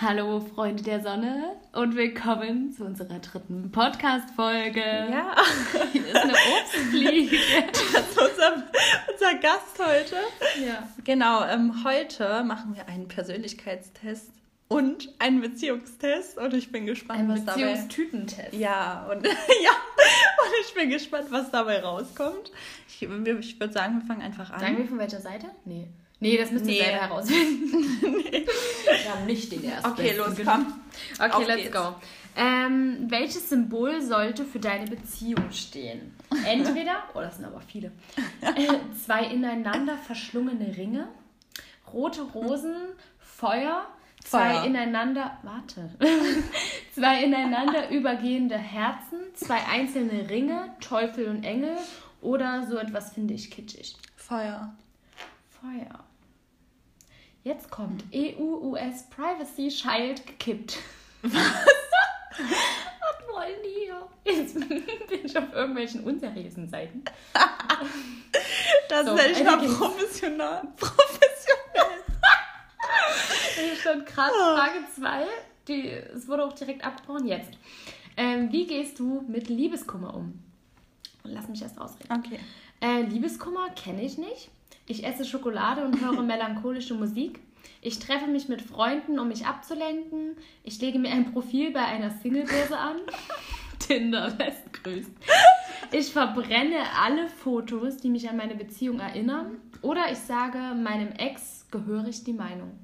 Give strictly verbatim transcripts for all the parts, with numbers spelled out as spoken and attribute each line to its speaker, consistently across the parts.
Speaker 1: Hallo Freunde der Sonne und willkommen zu unserer dritten Podcast-Folge.
Speaker 2: Ja.
Speaker 1: Hier ist eine Obstfliege.
Speaker 2: Das ist unser, unser Gast heute.
Speaker 1: Ja.
Speaker 2: Genau, ähm, heute machen wir einen Persönlichkeitstest und einen Beziehungstest und ich bin gespannt,
Speaker 1: Ein
Speaker 2: was dabei...
Speaker 1: Beziehungstypentest.
Speaker 2: Ja, und, ja, und ich bin gespannt, was dabei rauskommt. Ich, ich würde sagen, wir fangen einfach an.
Speaker 1: Sagen wir von welcher Seite? Nee. Nee, das müsst ihr
Speaker 2: Nee.
Speaker 1: selber herausfinden. nee. Wir haben nicht den ersten.
Speaker 2: Okay, los, komm.
Speaker 1: Okay,
Speaker 2: Auf
Speaker 1: let's
Speaker 2: geht's.
Speaker 1: go. Ähm, welches Symbol sollte für deine Beziehung stehen? Entweder, oh, das sind aber viele, äh, zwei ineinander verschlungene Ringe, rote Rosen, Feuer, zwei
Speaker 2: Feuer.
Speaker 1: ineinander, warte, zwei ineinander übergehende Herzen, zwei einzelne Ringe, Teufel und Engel oder so etwas finde ich kitschig.
Speaker 2: Feuer.
Speaker 1: Feuer. Jetzt kommt E U-U S-Privacy Shield gekippt. Was? Was wollen die hier? Jetzt bin ich auf irgendwelchen unseriösen Seiten.
Speaker 2: Das
Speaker 1: So,
Speaker 2: ist echt
Speaker 1: weiter
Speaker 2: mal
Speaker 1: geht's.
Speaker 2: professional. Professionell.
Speaker 1: Hier stand gerade
Speaker 2: Oh.
Speaker 1: Frage zwei. Die, es wurde auch direkt abgebrochen. Jetzt. Ähm, wie gehst du mit Liebeskummer um? Lass mich erst ausreden.
Speaker 2: Okay.
Speaker 1: Äh, Liebeskummer kenne ich nicht. Ich esse Schokolade und höre melancholische Musik. Ich treffe mich mit Freunden, um mich abzulenken. Ich lege mir ein Profil bei einer Singlebörse an. Tinder, best grüßt. Ich verbrenne alle Fotos, die mich an meine Beziehung erinnern. Oder ich sage meinem Ex gehörig die Meinung.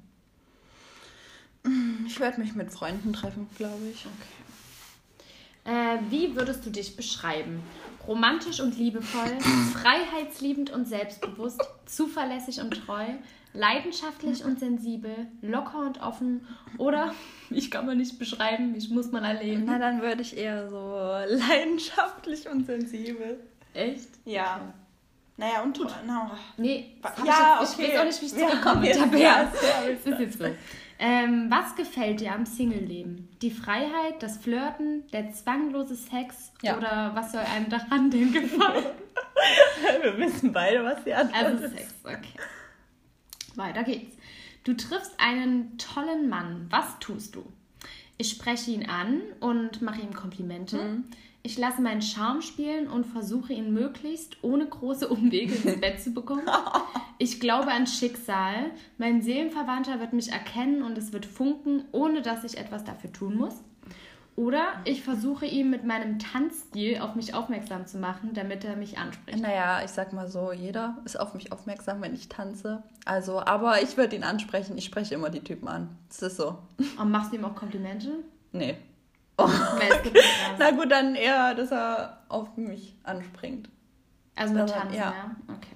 Speaker 2: Ich werde mich mit Freunden treffen, glaube ich.
Speaker 1: Äh, wie würdest du dich beschreiben? Romantisch und liebevoll, freiheitsliebend und selbstbewusst, zuverlässig und treu, leidenschaftlich und sensibel, locker und offen oder, ich kann man nicht beschreiben, ich muss mal erleben.
Speaker 2: Na, dann würde ich eher so leidenschaftlich und sensibel.
Speaker 1: Echt?
Speaker 2: Ja. Naja, und treu. No.
Speaker 1: Nee, das hab
Speaker 2: Ja,
Speaker 1: ich, jetzt, ich
Speaker 2: okay.
Speaker 1: weiß auch nicht, wie ich
Speaker 2: Wir
Speaker 1: zurückkomme
Speaker 2: haben
Speaker 1: mit
Speaker 2: jetzt-
Speaker 1: Tabea.
Speaker 2: ja,
Speaker 1: Das ist jetzt so. Ähm, was gefällt dir am Single-Leben? Die Freiheit, das Flirten, der zwanglose Sex
Speaker 2: Ja.
Speaker 1: oder was soll einem daran denn gefallen?
Speaker 2: Wir wissen beide, was die Antwort
Speaker 1: Also
Speaker 2: ist.
Speaker 1: Sex, okay. Weiter geht's. Du triffst einen tollen Mann. Was tust du? Ich spreche ihn an und mache ihm Komplimente.
Speaker 2: Mhm.
Speaker 1: Ich lasse meinen Charme spielen und versuche ihn möglichst ohne große Umwege ins Bett zu bekommen. Ich glaube an Schicksal. Mein Seelenverwandter wird mich erkennen und es wird funken, ohne dass ich etwas dafür tun muss. Oder ich versuche ihn mit meinem Tanzstil auf mich aufmerksam zu machen, damit er mich anspricht.
Speaker 2: Naja, ich sag mal so, jeder ist auf mich aufmerksam, wenn ich tanze. Also, aber ich würde ihn ansprechen. Ich spreche immer die Typen an. Das ist so.
Speaker 1: Und machst du ihm auch Komplimente?
Speaker 2: Nee.
Speaker 1: Weil es gibt nicht was.
Speaker 2: Na gut, dann eher, dass er auf mich anspringt.
Speaker 1: Also mit
Speaker 2: Also,
Speaker 1: Tanzen, ja.
Speaker 2: ja.
Speaker 1: Okay.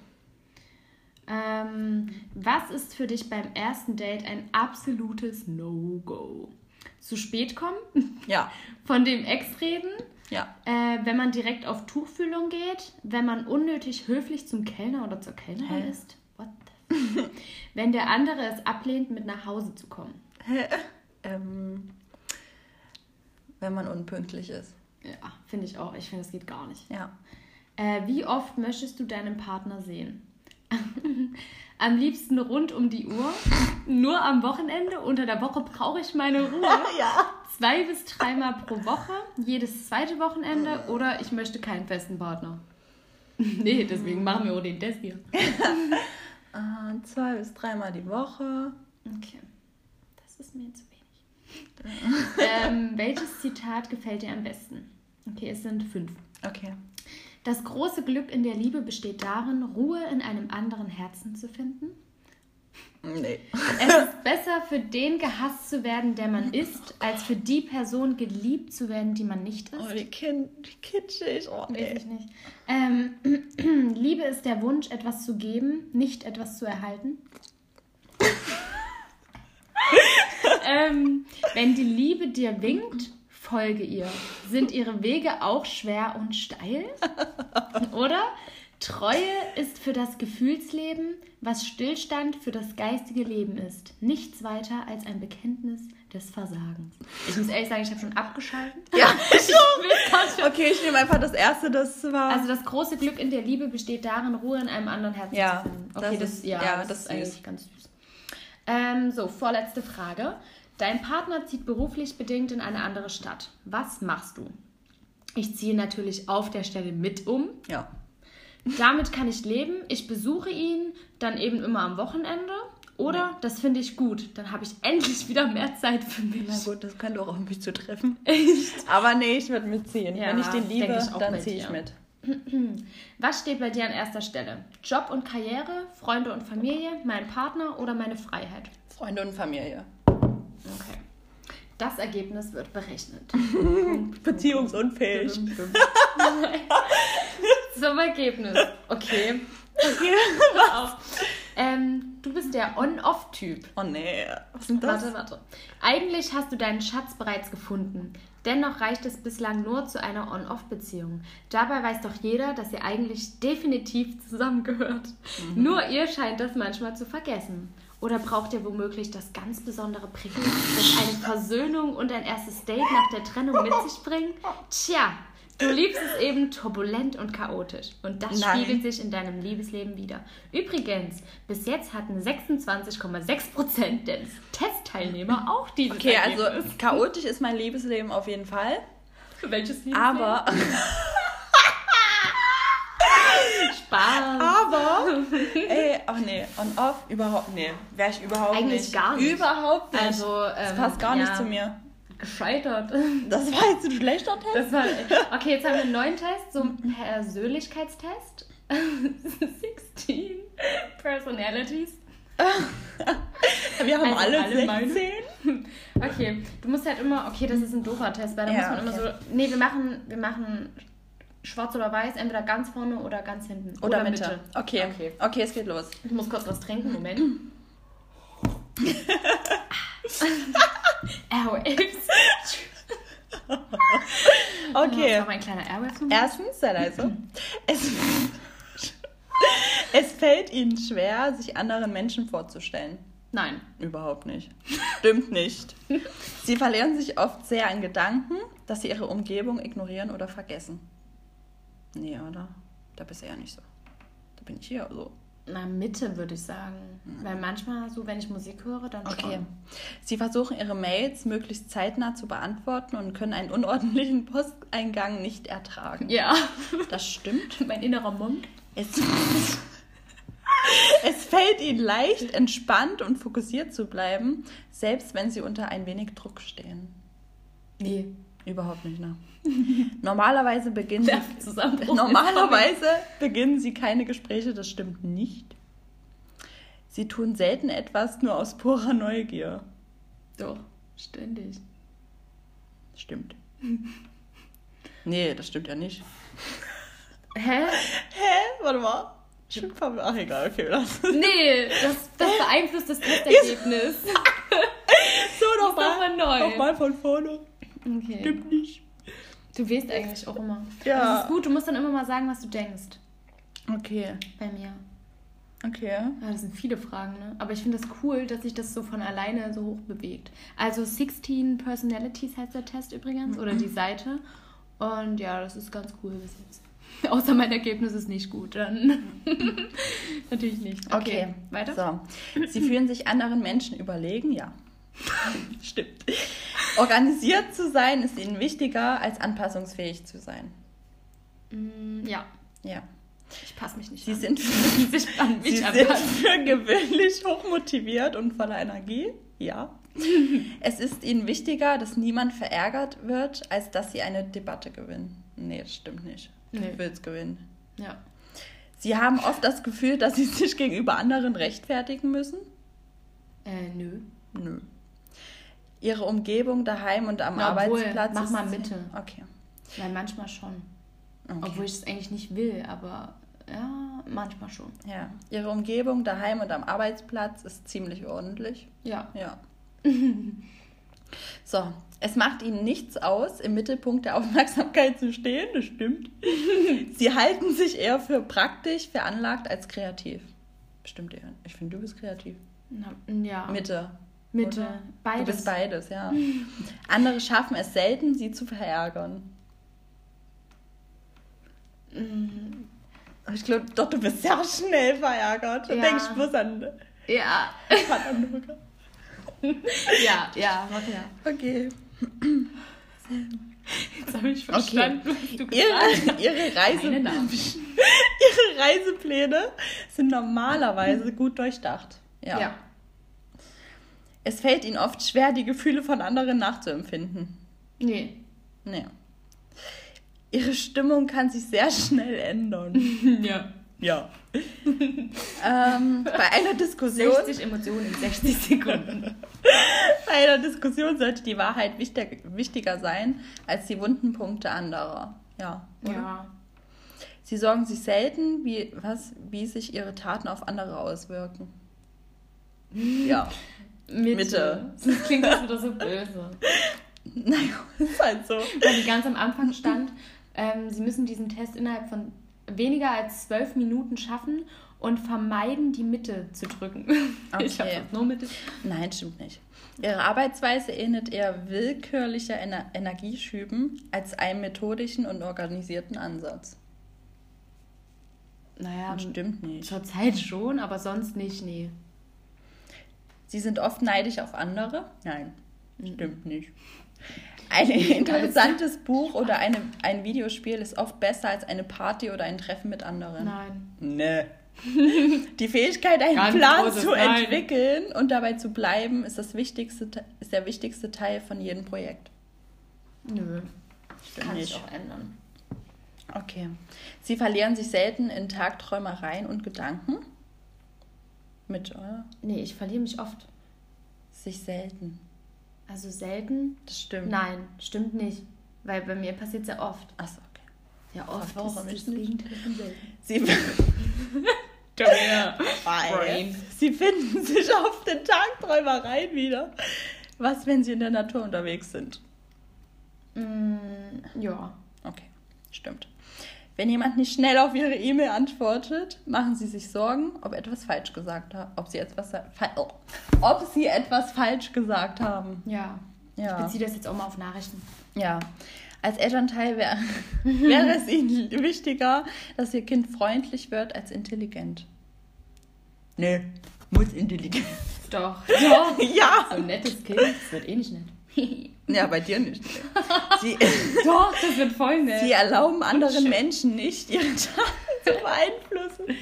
Speaker 1: Ähm, was ist für dich beim ersten Date ein absolutes No-Go? Zu spät kommen?
Speaker 2: Ja,
Speaker 1: Von dem Ex reden?
Speaker 2: ja.
Speaker 1: Äh, wenn man direkt auf Tuchfühlung geht? Wenn man unnötig höflich zum Kellner oder zur Kellnerin
Speaker 2: Hä?
Speaker 1: ist? What the fuck? Wenn der andere es ablehnt, mit nach Hause zu kommen?
Speaker 2: Ähm, wenn man unpünktlich ist.
Speaker 1: Ja, finde ich auch. Ich finde, das geht gar nicht.
Speaker 2: Ja.
Speaker 1: Äh, wie oft möchtest du deinen Partner sehen? Am liebsten rund um die Uhr, nur am Wochenende, unter der Woche brauche ich meine Ruhe.
Speaker 2: Ja.
Speaker 1: Zwei bis dreimal pro Woche, jedes zweite Wochenende oder ich möchte keinen festen Partner. Nee, deswegen machen wir auch den Test hier.
Speaker 2: Äh, zwei bis dreimal die Woche.
Speaker 1: Okay, das ist mir zu wenig. ähm, welches Zitat gefällt dir am besten? Okay, es sind fünf.
Speaker 2: Okay.
Speaker 1: Das große Glück in der Liebe besteht darin, Ruhe in einem anderen Herzen zu finden.
Speaker 2: Nee.
Speaker 1: Es ist besser, für den gehasst zu werden, der man ist, als für die Person geliebt zu werden, die man nicht
Speaker 2: Oh,
Speaker 1: ist.
Speaker 2: die, kind, die kitschig. Oh,
Speaker 1: Weiß
Speaker 2: nee.
Speaker 1: ich nicht. Ähm, Liebe ist der Wunsch, etwas zu geben, nicht etwas zu erhalten. ähm, wenn die Liebe dir winkt, folge ihr. Sind ihre Wege auch schwer und steil? Oder? Treue ist für das Gefühlsleben, was Stillstand für das geistige Leben ist. Nichts weiter als ein Bekenntnis des Versagens. Ich muss ehrlich sagen, ich habe schon abgeschaltet.
Speaker 2: Ja,
Speaker 1: Ich will gar nicht-
Speaker 2: okay, ich nehme einfach das erste, das war...
Speaker 1: Also das große Glück in der Liebe besteht darin, Ruhe in einem anderen Herzen
Speaker 2: Ja,
Speaker 1: zu finden.
Speaker 2: das
Speaker 1: Okay, das,
Speaker 2: ist-
Speaker 1: ja,
Speaker 2: ja,
Speaker 1: das,
Speaker 2: das
Speaker 1: ist
Speaker 2: ist
Speaker 1: eigentlich
Speaker 2: süß.
Speaker 1: ganz süß. Ähm, so, vorletzte Frage. Dein Partner zieht beruflich bedingt in eine andere Stadt. Was machst du? Ich ziehe natürlich auf der Stelle mit um.
Speaker 2: Ja.
Speaker 1: Damit kann ich leben. Ich besuche ihn dann eben immer am Wochenende. Oder, nee. Das finde ich gut, dann habe ich endlich wieder mehr Zeit für mich.
Speaker 2: Na gut, das könnte auch auf mich zutreffen.
Speaker 1: Echt?
Speaker 2: Aber nee, ich würde mitziehen.
Speaker 1: Ja,
Speaker 2: wenn ich den liebe,
Speaker 1: ich
Speaker 2: dann ziehe ich mit.
Speaker 1: Was steht bei dir an erster Stelle? Job und Karriere, Freunde und Familie, mein Partner oder meine Freiheit?
Speaker 2: Freunde und Familie.
Speaker 1: Okay. Das Ergebnis wird berechnet.
Speaker 2: Beziehungsunfähig.
Speaker 1: Zum Ergebnis. Okay.
Speaker 2: Okay.
Speaker 1: ähm, du bist der On-Off-Typ.
Speaker 2: Oh nee, was ist denn das?
Speaker 1: Warte, warte. Eigentlich hast du deinen Schatz bereits gefunden. Dennoch reicht es bislang nur zu einer On-Off-Beziehung. Dabei weiß doch jeder, dass ihr eigentlich definitiv zusammengehört. Mhm. Nur ihr scheint das manchmal zu vergessen. Oder braucht ihr womöglich das ganz besondere Prickeln, das eine Versöhnung und ein erstes Date nach der Trennung mit sich bringt? Tja, du liebst es eben turbulent und chaotisch. Und das
Speaker 2: Nein.
Speaker 1: spiegelt sich in deinem Liebesleben wieder. Übrigens, bis jetzt hatten sechsundzwanzig Komma sechs Prozent der Testteilnehmer auch dieses
Speaker 2: Okay,
Speaker 1: Ergebnis.
Speaker 2: also chaotisch ist mein Liebesleben auf jeden Fall.
Speaker 1: Welches Liebesleben?
Speaker 2: Aber...
Speaker 1: Spaß.
Speaker 2: Aber, ey, ach nee, on off, überhaupt, nee, wäre ich überhaupt
Speaker 1: Eigentlich
Speaker 2: nicht.
Speaker 1: gar nicht.
Speaker 2: Überhaupt nicht.
Speaker 1: Also, ähm,
Speaker 2: das passt gar
Speaker 1: ja,
Speaker 2: nicht zu mir.
Speaker 1: Gescheitert.
Speaker 2: Das war jetzt ein schlechter Test?
Speaker 1: Das war, okay, jetzt haben wir einen neuen Test, so einen Persönlichkeitstest. sechzehn Personalities.
Speaker 2: Wir haben
Speaker 1: Also
Speaker 2: alle,
Speaker 1: alle meine.
Speaker 2: sechzehn.
Speaker 1: Okay, du musst halt immer, okay, das ist ein doofer Test, weil da
Speaker 2: Ja,
Speaker 1: muss man
Speaker 2: okay.
Speaker 1: immer so, nee, wir machen, wir machen schwarz oder weiß, entweder ganz vorne oder ganz hinten.
Speaker 2: Oder, oder Mitte. Mitte. Okay.
Speaker 1: okay,
Speaker 2: okay, es geht los.
Speaker 1: Ich muss kurz was trinken, Moment. Airwaves.
Speaker 2: Okay.
Speaker 1: Das war mein kleiner Airwaves.
Speaker 2: Erstens, sei leise. Es, es fällt ihnen schwer, sich anderen Menschen vorzustellen.
Speaker 1: Nein.
Speaker 2: Überhaupt nicht. Stimmt nicht. Sie verlieren sich oft sehr an Gedanken, dass sie ihre Umgebung ignorieren oder vergessen. Nee, oder? Da bist du ja nicht so. Da bin ich hier so.
Speaker 1: Na, Mitte würde ich sagen. Mhm. Weil manchmal so, wenn ich Musik höre, dann
Speaker 2: okay.
Speaker 1: schon.
Speaker 2: Sie versuchen ihre Mails möglichst zeitnah zu beantworten und können einen unordentlichen Posteingang nicht ertragen.
Speaker 1: Ja.
Speaker 2: Das stimmt.
Speaker 1: Mein innerer Monk.
Speaker 2: Es, es fällt ihnen leicht, entspannt und fokussiert zu bleiben, selbst wenn sie unter ein wenig Druck stehen.
Speaker 1: Nee.
Speaker 2: Überhaupt nicht, ne? Normalerweise beginnen
Speaker 1: sie,
Speaker 2: normalerweise beginnen sie keine Gespräche, das stimmt nicht. Sie tun selten etwas nur aus purer Neugier.
Speaker 1: Doch, ständig.
Speaker 2: Stimmt. Nee, das stimmt ja nicht.
Speaker 1: Hä?
Speaker 2: Hä? Warte mal. Stimmt, ach egal, okay, lass.
Speaker 1: Nee, das, das beeinflusst das Testergebnis.
Speaker 2: So, nochmal.
Speaker 1: Noch neu.
Speaker 2: Nochmal von vorne.
Speaker 1: Okay.
Speaker 2: Stimmt nicht.
Speaker 1: Du wählst eigentlich auch immer.
Speaker 2: Ja.
Speaker 1: Das ist gut, du musst dann immer mal sagen, was du denkst.
Speaker 2: Okay.
Speaker 1: Bei mir.
Speaker 2: Okay.
Speaker 1: Ja, das sind viele Fragen, ne? Aber ich finde das cool, dass sich das so von alleine so hoch bewegt. Also sechzehn Personalities heißt der Test übrigens, mhm. oder die Seite. Und ja, das ist ganz cool bis jetzt. Außer mein Ergebnis ist nicht gut, dann natürlich nicht. Okay,
Speaker 2: okay.
Speaker 1: Weiter?
Speaker 2: So. Sie fühlen sich anderen Menschen überlegen, ja. Stimmt. Organisiert zu sein ist ihnen wichtiger, als anpassungsfähig zu sein.
Speaker 1: Mm, ja.
Speaker 2: Ja.
Speaker 1: Ich passe mich nicht
Speaker 2: Sie
Speaker 1: an.
Speaker 2: Sind für,
Speaker 1: sich an mich
Speaker 2: Sie sind für gewöhnlich hochmotiviert und voller Energie, ja. Es ist ihnen wichtiger, dass niemand verärgert wird, als dass sie eine Debatte gewinnen. Nee, das stimmt nicht. Du
Speaker 1: Nee.
Speaker 2: willst gewinnen.
Speaker 1: Ja.
Speaker 2: Sie haben oft das Gefühl, dass sie sich gegenüber anderen rechtfertigen müssen.
Speaker 1: Äh, nö.
Speaker 2: Nö. Ihre Umgebung daheim und am
Speaker 1: Na, obwohl,
Speaker 2: Arbeitsplatz
Speaker 1: mach
Speaker 2: ist...
Speaker 1: mal Mitte.
Speaker 2: Okay.
Speaker 1: Weil manchmal schon.
Speaker 2: okay.
Speaker 1: Obwohl ich es eigentlich nicht will, aber ja, manchmal schon.
Speaker 2: Ja. Ihre Umgebung daheim und am Arbeitsplatz ist ziemlich ordentlich.
Speaker 1: Ja.
Speaker 2: Ja. So, es macht ihnen nichts aus, im Mittelpunkt der Aufmerksamkeit zu stehen, das stimmt. Sie halten sich eher für praktisch veranlagt als kreativ. Stimmt eher. Ich finde, du bist kreativ.
Speaker 1: Na, ja.
Speaker 2: Mitte.
Speaker 1: Mitte.
Speaker 2: Oder?
Speaker 1: Beides.
Speaker 2: Du bist beides, ja. Andere schaffen es selten, sie zu verärgern. Ich glaube, doch, du bist sehr schnell verärgert. Du
Speaker 1: Ja.
Speaker 2: denkst bloß an...
Speaker 1: Ja.
Speaker 2: an
Speaker 1: Ja, ja, mach ja.
Speaker 2: Okay.
Speaker 1: Jetzt habe ich verstanden,
Speaker 2: okay.
Speaker 1: was du gesagt hast.
Speaker 2: Ihre, ihre, Reise,
Speaker 1: Keine Namen.
Speaker 2: ihre Reisepläne sind normalerweise gut durchdacht. Ja.
Speaker 1: Ja.
Speaker 2: Es fällt ihnen oft schwer, die Gefühle von anderen nachzuempfinden.
Speaker 1: Nee.
Speaker 2: Nee. Ihre Stimmung kann sich sehr schnell ändern.
Speaker 1: Ja.
Speaker 2: Ja. ähm, bei einer Diskussion...
Speaker 1: sechzig Emotionen in sechzig Sekunden.
Speaker 2: Bei einer Diskussion sollte die Wahrheit wichtig, wichtiger sein als die wunden Punkte anderer. Ja. Oder?
Speaker 1: Ja.
Speaker 2: Sie sorgen sich selten, wie, was, wie sich ihre Taten auf andere auswirken. Ja.
Speaker 1: Mitte.
Speaker 2: Mitte.
Speaker 1: Das klingt das wieder so böse.
Speaker 2: Naja, ist halt so.
Speaker 1: Weil die ganz am Anfang stand, ähm, sie müssen diesen Test innerhalb von weniger als zwölf Minuten schaffen und vermeiden, die Mitte zu drücken.
Speaker 2: Okay.
Speaker 1: Ich habe nur Mitte.
Speaker 2: Nein, stimmt nicht. Ihre Arbeitsweise ähnelt eher willkürlicher Ener- Energieschüben als einem methodischen und organisierten Ansatz.
Speaker 1: Naja,
Speaker 2: Stimmt nicht.
Speaker 1: zur Zeit schon, aber sonst nicht, nee.
Speaker 2: Sie sind oft neidisch auf andere? Nein, stimmt nicht. Ein interessantes Buch oder eine, ein Videospiel ist oft besser als eine Party oder ein Treffen mit anderen.
Speaker 1: Nein.
Speaker 2: Nee. Die Fähigkeit, einen
Speaker 1: Ganz
Speaker 2: Plan
Speaker 1: großes
Speaker 2: zu
Speaker 1: Nein.
Speaker 2: entwickeln und dabei zu bleiben, ist, das wichtigste, ist der wichtigste Teil von jedem Projekt.
Speaker 1: Nö.
Speaker 2: Stimmt
Speaker 1: Kann
Speaker 2: nicht.
Speaker 1: sich auch ändern.
Speaker 2: Okay. Sie verlieren sich selten in Tagträumereien und Gedanken. Mit, oder?
Speaker 1: Nee, ich verliere mich oft.
Speaker 2: Sich selten.
Speaker 1: Also selten?
Speaker 2: Das stimmt.
Speaker 1: Nein, stimmt nicht. Weil bei mir passiert es ja oft.
Speaker 2: Achso, okay.
Speaker 1: Ja, oft
Speaker 2: Warum
Speaker 1: ist das
Speaker 2: nicht?
Speaker 1: Gegenteil von selten.
Speaker 2: Sie,
Speaker 1: Ja.
Speaker 2: Brain. Sie finden sich auf den Tagträumereien wieder. Was, wenn sie in der Natur unterwegs sind?
Speaker 1: Mm, ja.
Speaker 2: Okay, stimmt. Wenn jemand nicht schnell auf ihre E-Mail antwortet, machen sie sich Sorgen, ob etwas falsch gesagt haben, ob sie etwas fa- ob sie etwas falsch gesagt haben.
Speaker 1: Ja.
Speaker 2: Ja.
Speaker 1: Ich beziehe das jetzt auch mal auf Nachrichten.
Speaker 2: Ja. Als Elternteil wär, wäre es ihnen wichtiger, dass ihr Kind freundlich wird als intelligent. Nee, muss intelligent.
Speaker 1: Doch. Doch.
Speaker 2: Ja.
Speaker 1: So ein nettes Kind. Das wird eh nicht nett.
Speaker 2: Ja, bei dir nicht. Sie,
Speaker 1: Doch, das wird voll nett.
Speaker 2: sie erlauben anderen
Speaker 1: schön.
Speaker 2: Menschen nicht, ihre Taten zu beeinflussen.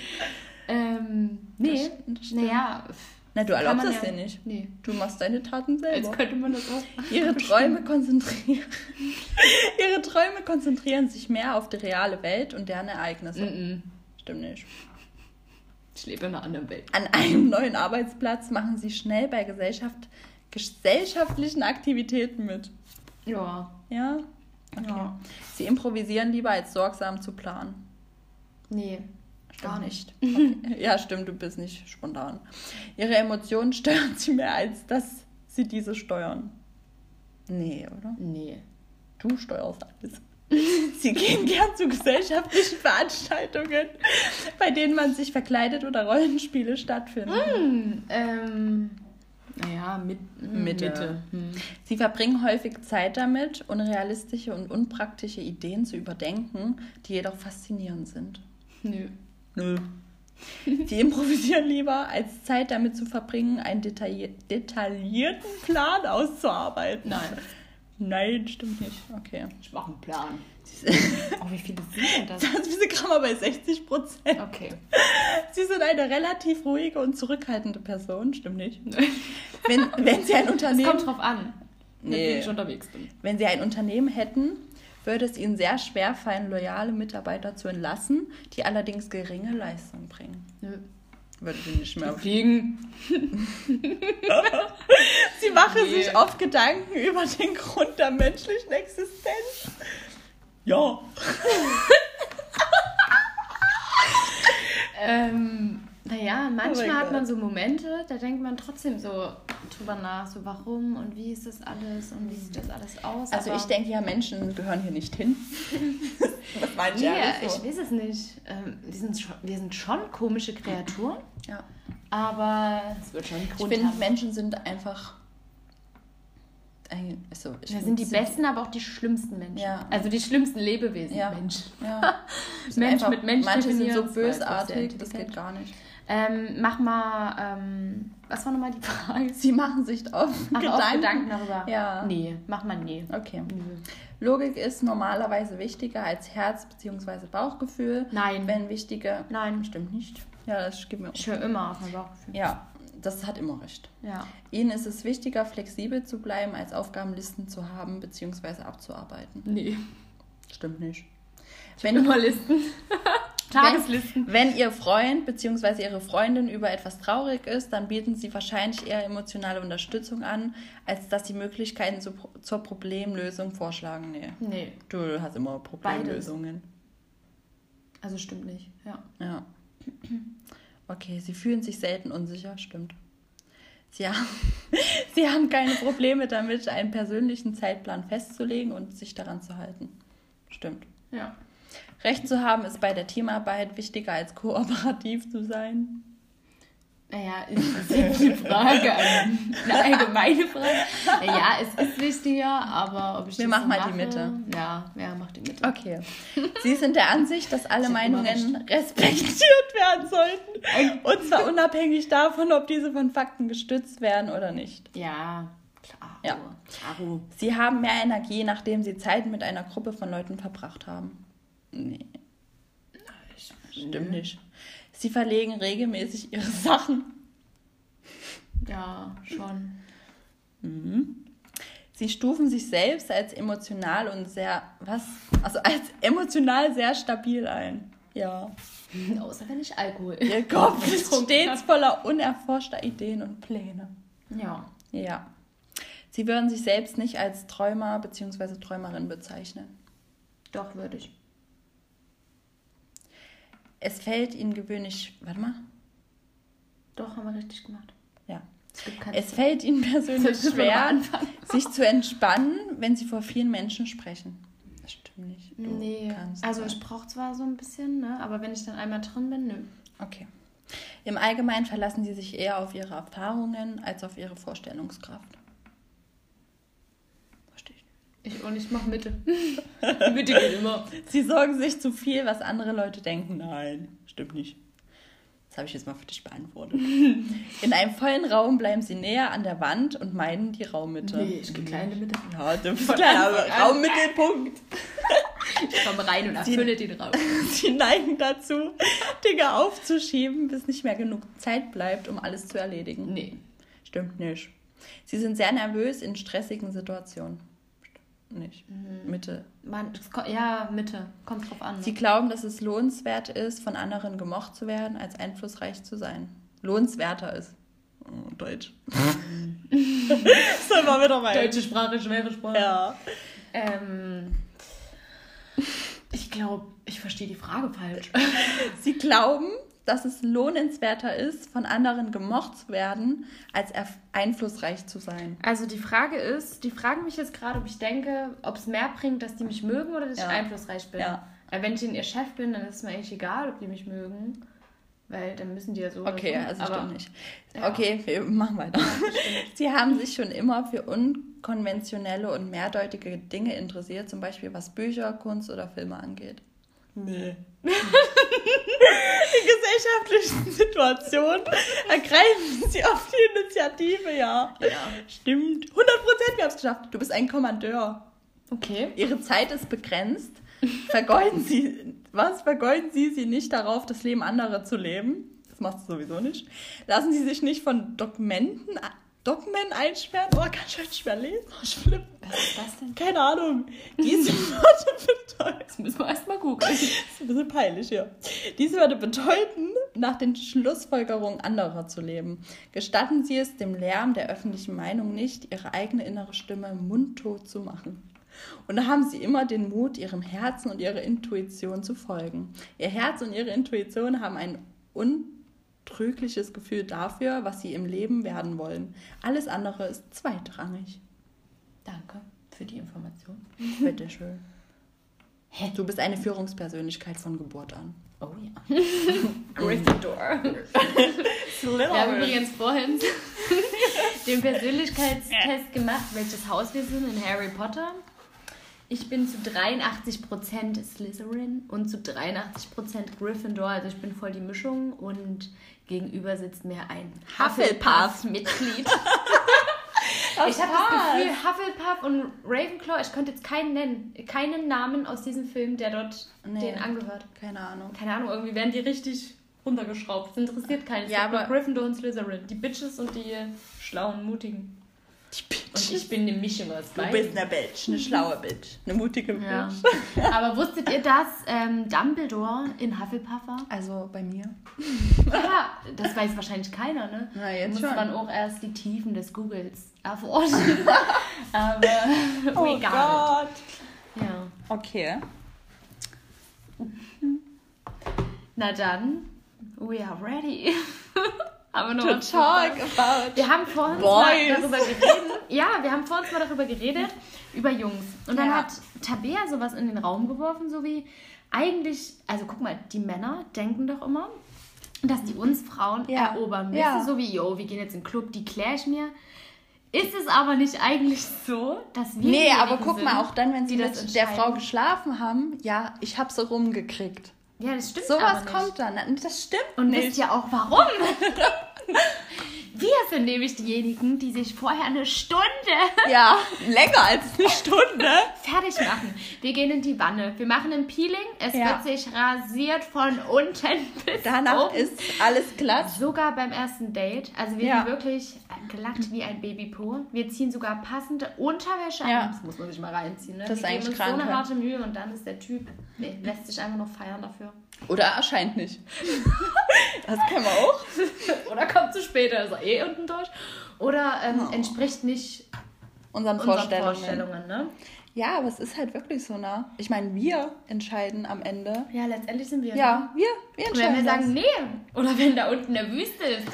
Speaker 1: Ähm, nee.
Speaker 2: Das- das stimmt.
Speaker 1: Naja.
Speaker 2: Na, du
Speaker 1: kann
Speaker 2: erlaubst
Speaker 1: man
Speaker 2: das
Speaker 1: ja
Speaker 2: ja nicht.
Speaker 1: Nee.
Speaker 2: Du machst deine Taten selber.
Speaker 1: Als könnte man das auch.
Speaker 2: Ihre Träume konzentrieren. Ihre Träume konzentrieren sich mehr auf die reale Welt und deren Ereignisse.
Speaker 1: Mm-mm.
Speaker 2: Stimmt nicht.
Speaker 1: Ich lebe in einer anderen Welt.
Speaker 2: An einem neuen Arbeitsplatz machen sie schnell bei Gesellschaft, gesellschaftlichen Aktivitäten mit.
Speaker 1: Ja.
Speaker 2: Ja? Okay.
Speaker 1: Ja.
Speaker 2: Sie improvisieren lieber, als sorgsam zu planen.
Speaker 1: Nee.
Speaker 2: Gar nicht. Okay. Ja, stimmt, du bist nicht spontan. Ihre Emotionen steuern sie mehr, als dass sie diese steuern. Nee, oder?
Speaker 1: Nee.
Speaker 2: Du steuerst alles. Sie gehen gern zu gesellschaftlichen Veranstaltungen, bei denen man sich verkleidet oder Rollenspiele stattfinden.
Speaker 1: Hm, ähm, naja, mit,
Speaker 2: Mitte.
Speaker 1: Mitte. Hm.
Speaker 2: Sie verbringen häufig Zeit damit, unrealistische und unpraktische Ideen zu überdenken, die jedoch faszinierend sind.
Speaker 1: Nö.
Speaker 2: Nö. Sie improvisieren lieber, als Zeit damit zu verbringen, einen detailli- detaillierten Plan auszuarbeiten.
Speaker 1: Nein.
Speaker 2: Nein, stimmt nicht. Okay.
Speaker 1: Ich mache einen Plan. Oh, wie viele sind denn das?
Speaker 2: Das ist Grammar bei sechzig Prozent.
Speaker 1: Okay.
Speaker 2: Sie sind eine relativ ruhige und zurückhaltende Person, stimmt nicht. Wenn, wenn Sie ein
Speaker 1: Es
Speaker 2: Unternehmen,
Speaker 1: kommt drauf an, mit
Speaker 2: Nee.
Speaker 1: wem ich unterwegs bin.
Speaker 2: wenn Sie ein Unternehmen hätten, würde es Ihnen sehr schwer fallen, loyale Mitarbeiter zu entlassen, die allerdings geringe Leistung bringen.
Speaker 1: Nö.
Speaker 2: Würde Sie nicht mehr.
Speaker 1: Fliegen.
Speaker 2: Sie machen
Speaker 1: Nee.
Speaker 2: sich oft Gedanken über den Grund der menschlichen Existenz. Ja.
Speaker 1: Ähm, naja, manchmal
Speaker 2: Oh mein
Speaker 1: hat man
Speaker 2: Gott.
Speaker 1: so Momente, da denkt man trotzdem so drüber nach, so warum und wie ist das alles und wie sieht das alles aus.
Speaker 2: Also
Speaker 1: aber
Speaker 2: ich denke ja, Menschen gehören hier nicht hin. Was meinst du?
Speaker 1: nee,
Speaker 2: Ja,
Speaker 1: ich
Speaker 2: so.
Speaker 1: weiß es nicht. Ähm, wir, sind schon, wir sind schon komische Kreaturen,
Speaker 2: Ja.
Speaker 1: aber es wird schon einen
Speaker 2: Ich
Speaker 1: Grund
Speaker 2: finde,
Speaker 1: haben.
Speaker 2: Menschen sind einfach Also, ich
Speaker 1: das sind die besten, aber auch die schlimmsten Menschen.
Speaker 2: Ja.
Speaker 1: Also die schlimmsten Lebewesen.
Speaker 2: Ja.
Speaker 1: Mensch.
Speaker 2: Ja.
Speaker 1: Mensch
Speaker 2: einfach,
Speaker 1: mit Mensch
Speaker 2: manche sind so
Speaker 1: definieren, das war jetzt auch sehr
Speaker 2: bösartig, das
Speaker 1: intelligent.
Speaker 2: geht gar nicht.
Speaker 1: Ähm, mach mal, ähm, was war nochmal die Frage?
Speaker 2: Sie machen sich auf
Speaker 1: Ach,
Speaker 2: Gedanken.
Speaker 1: auch Gedanken darüber?
Speaker 2: Ja.
Speaker 1: Nee, mach mal nee.
Speaker 2: Okay.
Speaker 1: Nö.
Speaker 2: Logik ist normalerweise wichtiger als Herz- bzw. Bauchgefühl.
Speaker 1: Nein.
Speaker 2: Wenn wichtige...
Speaker 1: Nein, stimmt nicht.
Speaker 2: Ja, das gibt mir auch.
Speaker 1: Ich höre immer auf mein Bauchgefühl.
Speaker 2: Ja, das hat immer recht.
Speaker 1: Ja.
Speaker 2: Ihnen ist es wichtiger, flexibel zu bleiben, als Aufgabenlisten zu haben bzw. abzuarbeiten.
Speaker 1: Nee.
Speaker 2: Stimmt nicht.
Speaker 1: Wenn immer Listen. Tageslisten.
Speaker 2: Wenn, wenn Ihr Freund bzw. Ihre Freundin über etwas traurig ist, dann bieten Sie wahrscheinlich eher emotionale Unterstützung an, als dass Sie Möglichkeiten zu, zur Problemlösung vorschlagen. Nee.
Speaker 1: Nee.
Speaker 2: Du hast immer Problemlösungen.
Speaker 1: Also stimmt nicht. Ja.
Speaker 2: Ja. Okay, Sie fühlen sich selten unsicher. Stimmt. Sie haben, Sie haben keine Probleme damit, einen persönlichen Zeitplan festzulegen und sich daran zu halten. Stimmt.
Speaker 1: Ja.
Speaker 2: Recht zu haben ist bei der Teamarbeit wichtiger als kooperativ zu sein.
Speaker 1: Naja, ist das jetzt eine Frage, eine allgemeine Frage? Ja, es ist wichtiger, aber ob ich
Speaker 2: Wir
Speaker 1: das
Speaker 2: machen
Speaker 1: so
Speaker 2: mal
Speaker 1: mache,
Speaker 2: die Mitte.
Speaker 1: Ja, ja, mach die Mitte.
Speaker 2: Okay. Sie sind der Ansicht, dass alle
Speaker 1: Ich hab
Speaker 2: Meinungen respektiert werden sollten. Und zwar unabhängig davon, ob diese von Fakten gestützt werden oder nicht.
Speaker 1: Ja, klar.
Speaker 2: Ja.
Speaker 1: Klaro.
Speaker 2: Sie haben mehr Energie, nachdem sie Zeit mit einer Gruppe von Leuten verbracht haben. Nee. Stimmt nicht. Sie verlegen regelmäßig ihre Sachen.
Speaker 1: Ja, schon.
Speaker 2: Mhm. Sie stufen sich selbst als emotional und sehr, was? Also als emotional sehr stabil ein. Ja.
Speaker 1: Außer wenn ich Alkohol.
Speaker 2: Ihr Kopf ist
Speaker 1: getrunken
Speaker 2: stets voller unerforschter Ideen und Pläne.
Speaker 1: Ja.
Speaker 2: Ja. Sie würden sich selbst nicht als Träumer bzw. Träumerin bezeichnen.
Speaker 1: Doch, würde ich.
Speaker 2: Es fällt ihnen gewöhnlich, warte mal.
Speaker 1: Doch, haben wir richtig gemacht.
Speaker 2: Ja.
Speaker 1: Es gibt keine
Speaker 2: Es fällt ihnen persönlich
Speaker 1: Soll ich schon mal
Speaker 2: schwer,
Speaker 1: anfangen?
Speaker 2: sich zu entspannen, wenn sie vor vielen Menschen sprechen. Das stimmt nicht. Du
Speaker 1: Nee,
Speaker 2: kannst
Speaker 1: also
Speaker 2: das.
Speaker 1: ich brauche zwar so ein bisschen, ne, aber wenn ich dann einmal drin bin, nö.
Speaker 2: Okay. Im Allgemeinen verlassen sie sich eher auf ihre Erfahrungen als auf ihre Vorstellungskraft. Verstehe ich nicht.
Speaker 1: Ich und ich mache Mitte. Mitte geht immer.
Speaker 2: Sie sorgen sich zu viel, was andere Leute denken. Nein, stimmt nicht. Das habe ich jetzt mal für dich beantwortet. In einem vollen Raum bleiben sie näher an der Wand und meiden die Raummitte.
Speaker 1: Nee, ich gehe kleine Mitte.
Speaker 2: Ja, du bist klein, aber Raummittelpunkt.
Speaker 1: Ich komme rein und erfülle den Raum.
Speaker 2: Sie neigen dazu, Dinge aufzuschieben, bis nicht mehr genug Zeit bleibt, um alles zu erledigen.
Speaker 1: Nee.
Speaker 2: Stimmt nicht. Sie sind sehr nervös in stressigen Situationen. Stimmt nicht.
Speaker 1: Mhm.
Speaker 2: Mitte.
Speaker 1: Man, das ko- ja, Mitte. Kommt drauf an. Ne?
Speaker 2: Sie glauben, dass es lohnenswert ist, von anderen gemocht zu werden, als einflussreich zu sein. Lohnenswerter ist. Oh, Deutsch. Soll mal wieder mal.
Speaker 1: Deutsche Sprache, schwere Sprache.
Speaker 2: Ja.
Speaker 1: Ähm, ich glaube, ich verstehe die Frage falsch.
Speaker 2: Sie glauben, dass es lohnenswerter ist, von anderen gemocht zu werden, als erf- einflussreich zu sein.
Speaker 1: Also die Frage ist, die fragen mich jetzt gerade, ob ich denke, ob es mehr bringt, dass die mich mögen oder dass
Speaker 2: Ja.
Speaker 1: ich einflussreich bin.
Speaker 2: Ja.
Speaker 1: Weil wenn ich denn ihr Chef bin, dann ist es mir eigentlich egal, ob die mich mögen. Weil dann müssen die ja so
Speaker 2: Okay,
Speaker 1: oder so.
Speaker 2: also
Speaker 1: Aber,
Speaker 2: stimmt nicht.
Speaker 1: ja.
Speaker 2: Okay, wir machen weiter. Sie haben sich schon immer für unkonventionelle und mehrdeutige Dinge interessiert, zum Beispiel was Bücher, Kunst oder Filme angeht.
Speaker 1: Nee.
Speaker 2: In gesellschaftlichen Situationen ergreifen sie oft die Initiative, ja.
Speaker 1: Ja.
Speaker 2: Stimmt. hundert Prozent, wir haben es geschafft. Du bist ein Kommandeur.
Speaker 1: Okay.
Speaker 2: Ihre Zeit ist begrenzt. Vergeuden Sie, was? Vergeuden Sie sie nicht darauf, das Leben anderer zu leben. Das machst du sowieso nicht. Lassen Sie sich nicht von Dokumenten, Dogmen einsperren. Oh, kann ich heute schwer lesen. Oh, schlimm.
Speaker 1: Was ist das denn?
Speaker 2: Keine Ahnung. Diese Worte bedeuten...
Speaker 1: Das müssen wir erstmal googeln.
Speaker 2: Das ist ein bisschen peinlich, ja. Dies würde bedeuten, nach den Schlussfolgerungen anderer zu leben. Gestatten Sie es dem Lärm der öffentlichen Meinung nicht, Ihre eigene innere Stimme mundtot zu machen. Und da haben Sie immer den Mut, Ihrem Herzen und Ihrer Intuition zu folgen. Ihr Herz und Ihre Intuition haben ein untrügliches Gefühl dafür, was Sie im Leben werden wollen. Alles andere ist zweitrangig.
Speaker 1: Danke für die Information.
Speaker 2: Bitteschön. Hä? Du bist eine Führungspersönlichkeit von Geburt an.
Speaker 1: Oh ja. Gryffindor. Wir haben übrigens vorhin den Persönlichkeitstest gemacht, welches Haus wir sind in Harry Potter. Ich bin zu dreiundachtzig Prozent Slytherin und zu dreiundachtzig Prozent Gryffindor. Also ich bin voll die Mischung und gegenüber sitzt mir ein Hufflepuff-Mitglied. Ich habe das Gefühl, Hufflepuff und Ravenclaw, ich könnte jetzt keinen nennen, keinen Namen aus diesem Film, der dort nee, denen angehört.
Speaker 2: Keine Ahnung.
Speaker 1: Keine Ahnung, irgendwie werden die richtig runtergeschraubt. Das interessiert keinen. Es
Speaker 2: ja,
Speaker 1: gibt nur Gryffindor und Slytherin. Die Bitches und die schlauen, mutigen.
Speaker 2: Die Bitches.
Speaker 1: Und ich bin eine Mischung aus beiden.
Speaker 2: Du bist eine Bitch, eine schlaue Bitch, eine mutige Bitch.
Speaker 1: Ja. Aber wusstet ihr, dass ähm, Dumbledore in Hufflepuff war?
Speaker 2: Also bei mir.
Speaker 1: Ja, das weiß wahrscheinlich keiner, ne?
Speaker 2: Na, jetzt
Speaker 1: muss
Speaker 2: schon.
Speaker 1: man auch erst die Tiefen des Googles erforschen. Aber
Speaker 2: oh
Speaker 1: we got
Speaker 2: Gott.
Speaker 1: It. Ja.
Speaker 2: Okay.
Speaker 1: Na dann, we are ready. Aber noch
Speaker 2: to
Speaker 1: was
Speaker 2: talk
Speaker 1: gesagt.
Speaker 2: about
Speaker 1: Wir haben vor uns
Speaker 2: boys.
Speaker 1: mal darüber geredet. Ja, wir haben vor uns mal darüber geredet, über Jungs. Und dann
Speaker 2: Ja.
Speaker 1: hat Tabea sowas in den Raum geworfen, so wie eigentlich, also guck mal, die Männer denken doch immer, dass die uns Frauen
Speaker 2: Ja.
Speaker 1: erobern
Speaker 2: Ja.
Speaker 1: müssen. So wie, yo, wir gehen jetzt in den Club, die klär ich mir. Ist es aber nicht eigentlich so, dass wir
Speaker 2: Nee, aber
Speaker 1: diejenigen
Speaker 2: guck
Speaker 1: sind,
Speaker 2: mal, auch dann, wenn sie
Speaker 1: die
Speaker 2: mit
Speaker 1: das
Speaker 2: der
Speaker 1: entscheiden?
Speaker 2: Frau geschlafen haben, ja, ich hab sie rumgekriegt.
Speaker 1: Ja, das stimmt
Speaker 2: Sowas
Speaker 1: aber nicht.
Speaker 2: kommt dann. Das stimmt
Speaker 1: Und
Speaker 2: nicht.
Speaker 1: wisst ihr auch warum? Wir sind nämlich diejenigen, die sich vorher eine Stunde
Speaker 2: Ja, länger als eine Stunde.
Speaker 1: fertig machen. Wir gehen in die Wanne, wir machen ein Peeling, es
Speaker 2: Ja.
Speaker 1: wird sich rasiert von unten bis
Speaker 2: Danach
Speaker 1: oben.
Speaker 2: ist alles glatt.
Speaker 1: Sogar beim ersten Date, also wir
Speaker 2: Ja.
Speaker 1: sind wirklich glatt wie ein Babypo. Wir ziehen sogar passende Unterwäsche
Speaker 2: Ja.
Speaker 1: an. Das muss man sich mal reinziehen. Ne?
Speaker 2: Das ist
Speaker 1: wir geben
Speaker 2: eigentlich
Speaker 1: uns
Speaker 2: krank,
Speaker 1: so eine
Speaker 2: ja.
Speaker 1: harte Mühe und dann ist der Typ, nee, lässt sich einfach noch feiern dafür.
Speaker 2: Oder erscheint nicht. Das können wir auch.
Speaker 1: Oder kommt zu spät, ist er eh unten durch. Oder ähm,
Speaker 2: Oh.
Speaker 1: entspricht nicht
Speaker 2: Unseren
Speaker 1: unseren
Speaker 2: Vorstellungen.
Speaker 1: Vorstellungen. Ne?
Speaker 2: Ja, aber es ist halt wirklich so, ne? Ich meine, wir entscheiden am Ende.
Speaker 1: Ja, letztendlich sind wir.
Speaker 2: Ja, wir, wir
Speaker 1: Und wenn
Speaker 2: entscheiden
Speaker 1: wir sagen,
Speaker 2: das.
Speaker 1: nee, oder wenn da unten eine Wüste ist, da.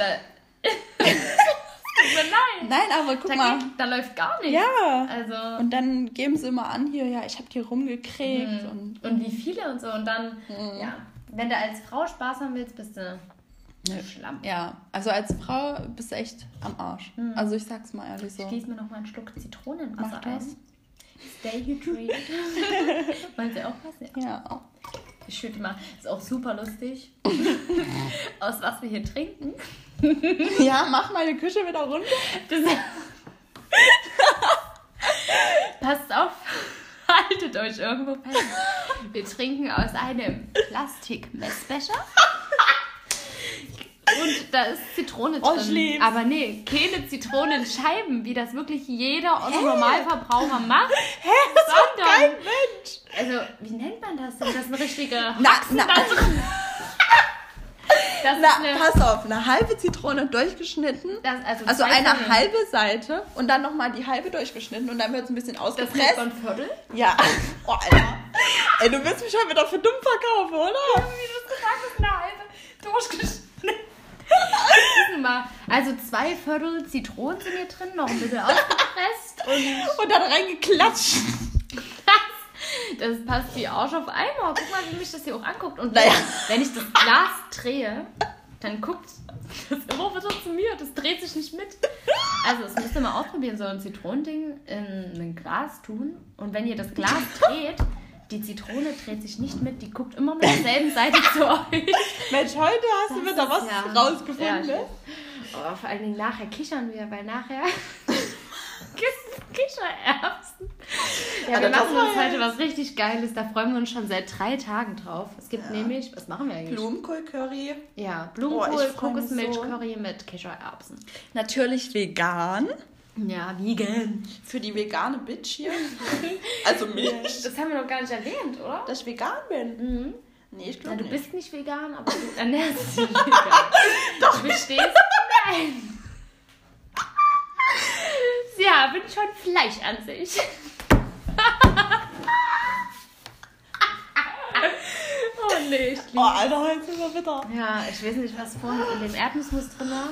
Speaker 1: Nein,
Speaker 2: Nein, aber guck
Speaker 1: da,
Speaker 2: mal.
Speaker 1: geht, da läuft gar nichts.
Speaker 2: Ja.
Speaker 1: Also.
Speaker 2: Und dann geben sie immer an, hier, ja, ich hab die rumgekriegt.
Speaker 1: Mhm.
Speaker 2: Und,
Speaker 1: Und wie viele und so. Und dann,
Speaker 2: Mhm.
Speaker 1: ja, wenn du als Frau Spaß haben willst, bist du
Speaker 2: Ne.
Speaker 1: Schlamm.
Speaker 2: Ja, also als Frau bist du echt am Arsch.
Speaker 1: Mhm.
Speaker 2: Also ich sag's mal ehrlich so.
Speaker 1: Ich gieße mir noch mal einen Schluck Zitronenwasser
Speaker 2: Mach das.
Speaker 1: ein. Stay hydrated. Wollen Sie auch was? Ja.
Speaker 2: Ja.
Speaker 1: Ich schütte mal. Ist auch super lustig. Aus was wir hier trinken.
Speaker 2: Ja, mach meine Küche wieder runter.
Speaker 1: Das Passt auf. Haltet euch irgendwo fest. Wir trinken aus einem Plastikmessbecher. Und da ist Zitrone
Speaker 2: Oh,
Speaker 1: drin.
Speaker 2: ich lieb's.
Speaker 1: Aber nee, keine Zitronenscheiben, wie das wirklich jeder Otto-Normalverbraucher macht.
Speaker 2: Hä? Das ist doch
Speaker 1: Sondern-
Speaker 2: kein Mensch.
Speaker 1: Also, wie nennt man das denn? Das ist eine richtige
Speaker 2: Na,
Speaker 1: Haxen
Speaker 2: na.
Speaker 1: da drin. Das
Speaker 2: Na,
Speaker 1: ist eine...
Speaker 2: pass auf, eine halbe Zitrone durchgeschnitten.
Speaker 1: Das, also
Speaker 2: Also
Speaker 1: zwei
Speaker 2: eine
Speaker 1: Viertel.
Speaker 2: halbe Seite und dann nochmal die halbe durchgeschnitten und dann wird es ein bisschen
Speaker 1: Das nennt
Speaker 2: ausgepresst.
Speaker 1: man Viertel.
Speaker 2: Ja. Oh, Alter. Ey, du willst mich schon wieder für dumm verkaufen, oder?
Speaker 1: Wie du es gesagt hast, eine halbe durchgeschnitten. Wissen wir. Also zwei Viertel Zitronen sind hier drin, noch ein bisschen ausgepresst und
Speaker 2: Und dann reingeklatscht.
Speaker 1: das, das passt wie Arsch auf Eimer. Guck mal, wie mich das hier auch anguckt. Und
Speaker 2: Naja.
Speaker 1: wenn ich das Glas drehe, dann guckt das immer wieder zu mir. Das dreht sich nicht mit. Also das müsst ihr mal ausprobieren, so ein Zitronending in ein Glas tun. Und wenn ihr das Glas dreht, die Zitrone dreht sich nicht mit, die guckt immer mit derselben Seite zu euch.
Speaker 2: Mensch, heute hast du
Speaker 1: Das
Speaker 2: wieder
Speaker 1: ist
Speaker 2: was
Speaker 1: ja-
Speaker 2: rausgefunden,
Speaker 1: ja,
Speaker 2: ne?
Speaker 1: Oh, vor allen Dingen nachher kichern wir, weil nachher Kichererbsen. Ja, wir
Speaker 2: das
Speaker 1: machen
Speaker 2: war
Speaker 1: uns
Speaker 2: ja-
Speaker 1: heute was richtig Geiles, da freuen wir uns schon seit drei Tagen drauf. Es gibt nämlich, was machen wir eigentlich?
Speaker 2: Blumenkohl-Curry.
Speaker 1: Ja,
Speaker 2: Oh,
Speaker 1: Blumenkohl,
Speaker 2: ich freu mich
Speaker 1: Kokosmilch,
Speaker 2: so.
Speaker 1: Curry mit Kichererbsen.
Speaker 2: Natürlich vegan.
Speaker 1: Ja, vegan.
Speaker 2: Für die vegane Bitch hier. Also mich.
Speaker 1: Das haben wir noch gar nicht erwähnt, oder?
Speaker 2: Dass ich vegan bin.
Speaker 1: Mhm.
Speaker 2: Nee, ich
Speaker 1: Ja,
Speaker 2: glaube
Speaker 1: du
Speaker 2: nicht.
Speaker 1: bist nicht vegan, aber du ernährst dich vegan. Doch. Du bestehst? Nein. Sie haben schon Fleisch an sich. Oh nee, ich
Speaker 2: Oh,
Speaker 1: liebe.
Speaker 2: Alter, heute sind wir wieder.
Speaker 1: Ja, ich weiß nicht, was vorhin in dem Erdnussmus drin war.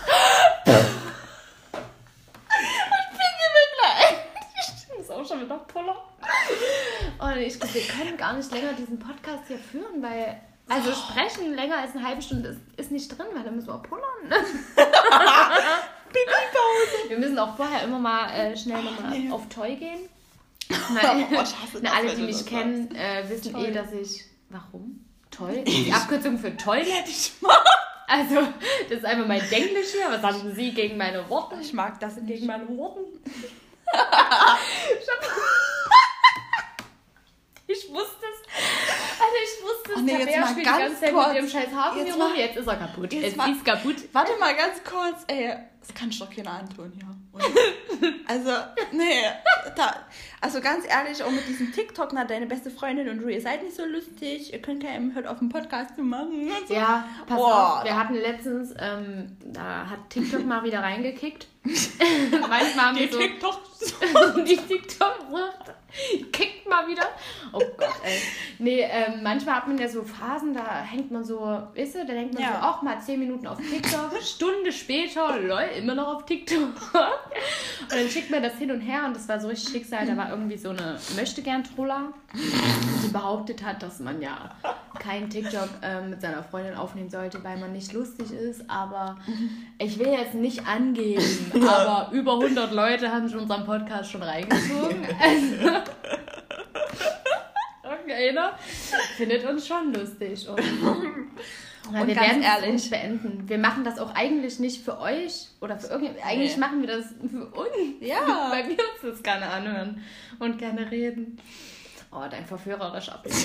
Speaker 1: Ich muss auch schon wieder Puller. Oh nee, ich glaube, wir können gar nicht länger diesen Podcast hier führen, weil Also sprechen länger als eine halbe Stunde ist, ist nicht drin, weil dann müssen wir auch pullern. Ne?
Speaker 2: Pipi-Pause.
Speaker 1: Wir müssen auch vorher immer mal äh, schnell nochmal nee. auf Toy gehen.
Speaker 2: Weil, oh, das,
Speaker 1: na, alle, die mich kennen, äh, wissen Toll. eh, dass ich... Warum? Toll? Die Abkürzung für Toilette. Also, das ist einfach mein Denglisch hier. Was haben Sie gegen meine Worte?
Speaker 2: Ich mag das
Speaker 1: nicht. Gegen meine Worte. Ich wusste es. Also ich wusste es.
Speaker 2: Oh, nee, jetzt mal
Speaker 1: spielt
Speaker 2: ganz
Speaker 1: die ganze Zeit
Speaker 2: kurz.
Speaker 1: mit ihrem scheiß Hafen
Speaker 2: Jetzt
Speaker 1: hier
Speaker 2: mal-
Speaker 1: rum. Jetzt ist er kaputt.
Speaker 2: Jetzt
Speaker 1: Jetzt
Speaker 2: mal-
Speaker 1: ist kaputt.
Speaker 2: Warte mal ganz kurz, ey. Das kann ich doch keiner antun, ja. Und, also, nee. Da, also ganz ehrlich, auch mit diesem TikTok, na, deine beste Freundin und du, ihr seid nicht so lustig. Ihr könnt keinem hört auf den Podcast zu machen. Und so.
Speaker 1: Ja, pass
Speaker 2: Oh.
Speaker 1: auf. Wir hatten letztens, ähm, da hat TikTok mal wieder reingekickt. Manchmal haben
Speaker 2: Die
Speaker 1: wir so...
Speaker 2: TikTok.
Speaker 1: die TikTok-Sucht kickt mal wieder. Oh Gott, ey. Nee, ähm, manchmal hat man ja so Phasen, da hängt man so, weißt du, da denkt man
Speaker 2: Ja.
Speaker 1: so, auch mal zehn Minuten auf TikTok, Stunde später, lol, immer noch auf TikTok. Und dann schickt man das hin und her und das war so richtig Schicksal. Da war irgendwie so eine Möchtegern-Troller, die behauptet hat, dass man ja keinen TikTok ähm, mit seiner Freundin aufnehmen sollte, weil man nicht lustig ist. Aber ich will jetzt nicht angeben, aber über hundert Leute haben sich unseren Podcast schon reingezogen. Also, okay, ne? Findet uns schon lustig. Und, ja,
Speaker 2: Und
Speaker 1: wir
Speaker 2: ganz
Speaker 1: werden
Speaker 2: ehrlich-
Speaker 1: es uns beenden. Wir machen das auch eigentlich nicht für euch oder für irgendjemand. Eigentlich
Speaker 2: Nee.
Speaker 1: machen wir das für uns.
Speaker 2: Ja.
Speaker 1: Weil wir uns das gerne anhören und gerne reden. Oh, dein verführerischer Blick.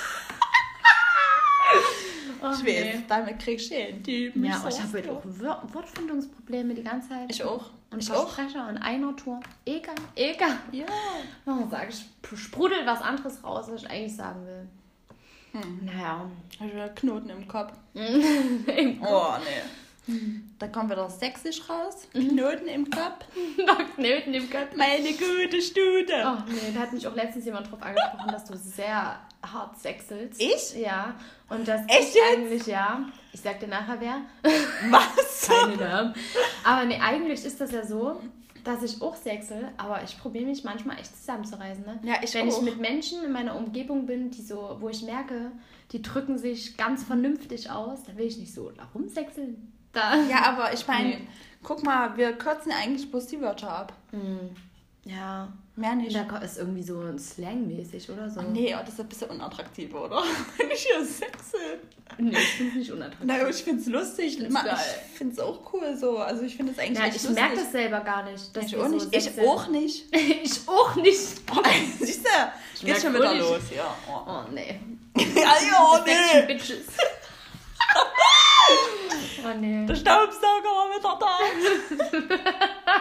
Speaker 1: Oh,
Speaker 2: Ich weiß, damit kriegst du einen Typen.
Speaker 1: Ja,
Speaker 2: so
Speaker 1: oh, ich habe
Speaker 2: was
Speaker 1: heute auch Wör- Wortfindungsprobleme die ganze Zeit.
Speaker 2: Ich auch.
Speaker 1: Und
Speaker 2: Ich
Speaker 1: Versprecher in einer Tour. Egal, egal.
Speaker 2: Ja.
Speaker 1: Oh, sag ich, sprudelt was anderes raus, was ich eigentlich sagen will.
Speaker 2: Hm.
Speaker 1: Naja.
Speaker 2: Hab ich wieder Knoten im Kopf.
Speaker 1: Im
Speaker 2: Oh, nee. Da kommt wieder sächsisch raus. Knoten im Kopf.
Speaker 1: Noch Knoten im Kopf.
Speaker 2: Meine gute Stute.
Speaker 1: Oh nee, da hat mich auch letztens jemand drauf angesprochen, dass du sehr hart sechselst.
Speaker 2: Ich?
Speaker 1: Ja. Und das
Speaker 2: Echt
Speaker 1: ich
Speaker 2: jetzt?
Speaker 1: eigentlich, ja. Ich sag dir nachher wer.
Speaker 2: Was?
Speaker 1: Keine Namen. Aber nee, eigentlich ist das ja so, dass ich auch sechsel, aber ich probiere mich manchmal echt zusammenzureißen. Ne?
Speaker 2: Ja, ich
Speaker 1: Wenn
Speaker 2: auch.
Speaker 1: ich mit Menschen in meiner Umgebung bin, die so, wo ich merke, die drücken sich ganz vernünftig aus, dann will ich nicht so da rumsechseln. Da.
Speaker 2: Ja, aber ich meine,
Speaker 1: Nee.
Speaker 2: guck mal, wir kürzen eigentlich bloß die Wörter ab.
Speaker 1: Hm. Ja.
Speaker 2: Mehr nicht.
Speaker 1: Da ist irgendwie so slangmäßig oder so.
Speaker 2: Nee, oh, das ist ein bisschen unattraktiv, oder? Wenn ich hier sechsel.
Speaker 1: Nee, ich finde es nicht unattraktiv.
Speaker 2: Na, ich find's lustig.
Speaker 1: Find's
Speaker 2: Ma-
Speaker 1: geil.
Speaker 2: Ich find's auch cool so. Also ich finde es eigentlich
Speaker 1: Ja,
Speaker 2: echt
Speaker 1: ich
Speaker 2: lustig.
Speaker 1: merke das selber gar nicht. Dass
Speaker 2: Ich
Speaker 1: wir
Speaker 2: auch
Speaker 1: so
Speaker 2: nicht. Ich
Speaker 1: sechseln.
Speaker 2: auch nicht.
Speaker 1: Ich auch nicht.
Speaker 2: Oh, siehst du? Geht
Speaker 1: merk
Speaker 2: schon
Speaker 1: auch
Speaker 2: wieder
Speaker 1: nicht.
Speaker 2: los. Ja, oh.
Speaker 1: Oh, nee.
Speaker 2: ja, ja
Speaker 1: Section
Speaker 2: nee.
Speaker 1: Bitches. Oh, nee.
Speaker 2: Der Staubsauger war wieder da.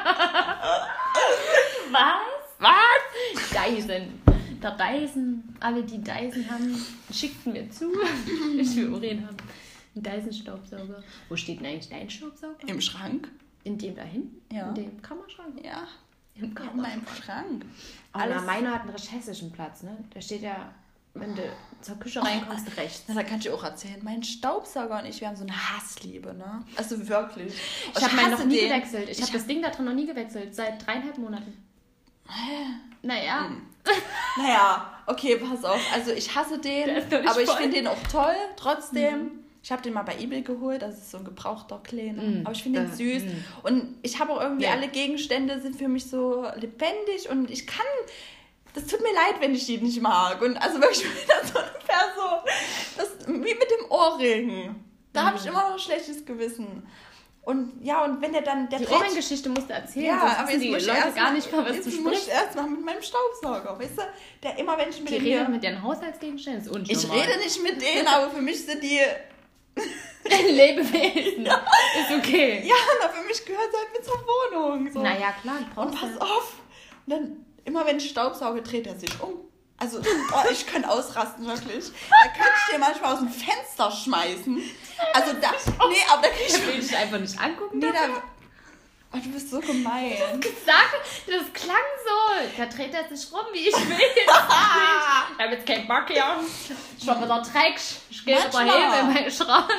Speaker 1: Was? Was? Dyson. Der Dyson. Alle, die Dyson haben, schickten mir zu. Ich will Urin haben. Ein Dyson-Staubsauger. Wo steht denn eigentlich dein Staubsauger?
Speaker 2: Im Schrank?
Speaker 1: In dem da hinten?
Speaker 2: Ja.
Speaker 1: In dem Kammerschrank?
Speaker 2: Ja.
Speaker 1: Im
Speaker 2: In
Speaker 1: Kammerschrank.
Speaker 2: meinem Schrank.
Speaker 1: Oh, na, meiner hat einen recht hessischen Platz, ne? Da steht ja, wenn du zur Küche reinkommst, rechts.
Speaker 2: Na, da kann ich auch erzählen. Mein Staubsauger und ich, wir haben so eine Hassliebe, ne? Also wirklich.
Speaker 1: Ich habe meinen noch
Speaker 2: hasse
Speaker 1: nie
Speaker 2: den.
Speaker 1: gewechselt. Ich,
Speaker 2: Ich
Speaker 1: habe das Ding da drin noch nie gewechselt. Seit dreieinhalb Monaten.
Speaker 2: Hä?
Speaker 1: Naja.
Speaker 2: Hm. Naja, okay, pass auf. Also ich hasse
Speaker 1: Der
Speaker 2: den,
Speaker 1: ist doch nicht
Speaker 2: aber ich
Speaker 1: voll.
Speaker 2: finde den auch toll, trotzdem.
Speaker 1: Mhm.
Speaker 2: Ich habe den mal bei eBay geholt, das ist so ein gebrauchter Kleiner.
Speaker 1: Mhm.
Speaker 2: Aber ich finde den
Speaker 1: Äh,
Speaker 2: süß.
Speaker 1: mhm.
Speaker 2: Und ich habe auch irgendwie,
Speaker 1: Ja.
Speaker 2: alle Gegenstände sind für mich so lebendig und ich kann... Das tut mir leid, wenn ich die nicht mag. Und also wirklich wieder so ungefähr so... Das, wie mit dem Ohrring. Da habe ich
Speaker 1: Mhm.
Speaker 2: immer noch ein schlechtes Gewissen. Und ja, und wenn der dann... Der
Speaker 1: Die
Speaker 2: dreht-
Speaker 1: Ohrring-Geschichte musst du erzählen,
Speaker 2: ja,
Speaker 1: sonst
Speaker 2: aber
Speaker 1: wissen
Speaker 2: jetzt
Speaker 1: die
Speaker 2: muss ich
Speaker 1: Leute
Speaker 2: erst
Speaker 1: gar
Speaker 2: mal,
Speaker 1: nicht mal, was
Speaker 2: jetzt
Speaker 1: du
Speaker 2: muss
Speaker 1: sprichst.
Speaker 2: ich erst mal mit meinem Staubsauger, weißt du? Der immer, wenn ich mit
Speaker 1: Die
Speaker 2: dem
Speaker 1: reden
Speaker 2: hier...
Speaker 1: mit ihren Haushaltsgegenständen, ist
Speaker 2: Ich
Speaker 1: unnormal.
Speaker 2: rede nicht mit denen, aber für mich sind die...
Speaker 1: Lebewesen. Ist okay.
Speaker 2: Ja, na, für mich gehört es halt mit zur Wohnung. So.
Speaker 1: Naja, klar, du
Speaker 2: Und
Speaker 1: brauchst
Speaker 2: pass
Speaker 1: das.
Speaker 2: auf. Und dann, immer wenn ich Staubsauge, dreht er sich um. Also, oh, ich könnte ausrasten, wirklich. Da könnte ich dir manchmal aus dem Fenster schmeißen. Also, da... Nee, aber da krieg ich...
Speaker 1: Ich will dich einfach nicht angucken.
Speaker 2: Nee,
Speaker 1: dafür.
Speaker 2: da... Oh, du bist so gemein.
Speaker 1: Sag, das klang so. Da dreht er sich rum, wie ich will. Jetzt nicht. Ich habe jetzt keinen Bock hier. Schon wieder Dreck. Ich gehe
Speaker 2: Manchmal.
Speaker 1: überheben in meinen Schrank.